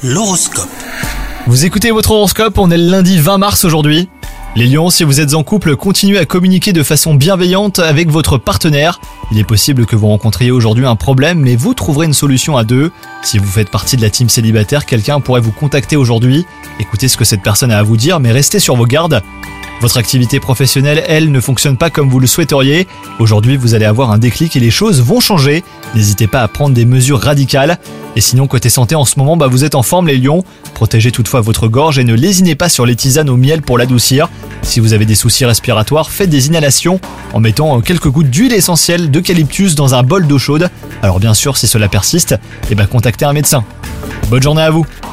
L'horoscope. Vous écoutez votre horoscope, on est le lundi 20 mars aujourd'hui. Les lions, si vous êtes en couple, continuez à communiquer de façon bienveillante avec votre partenaire. Il est possible que vous rencontriez aujourd'hui un problème, mais vous trouverez une solution à deux. Si vous faites partie de la team célibataire, quelqu'un pourrait vous contacter aujourd'hui. Écoutez ce que cette personne a à vous dire, mais restez sur vos gardes. Votre activité professionnelle, elle, ne fonctionne pas comme vous le souhaiteriez. Aujourd'hui, vous allez avoir un déclic et les choses vont changer. N'hésitez pas à prendre des mesures radicales. Et sinon, côté santé, en ce moment, vous êtes en forme les lions. Protégez toutefois votre gorge et ne lésinez pas sur les tisanes au miel pour l'adoucir. Si vous avez des soucis respiratoires, faites des inhalations en mettant quelques gouttes d'huile essentielle d'eucalyptus dans un bol d'eau chaude. Alors bien sûr, si cela persiste, contactez un médecin. Bonne journée à vous.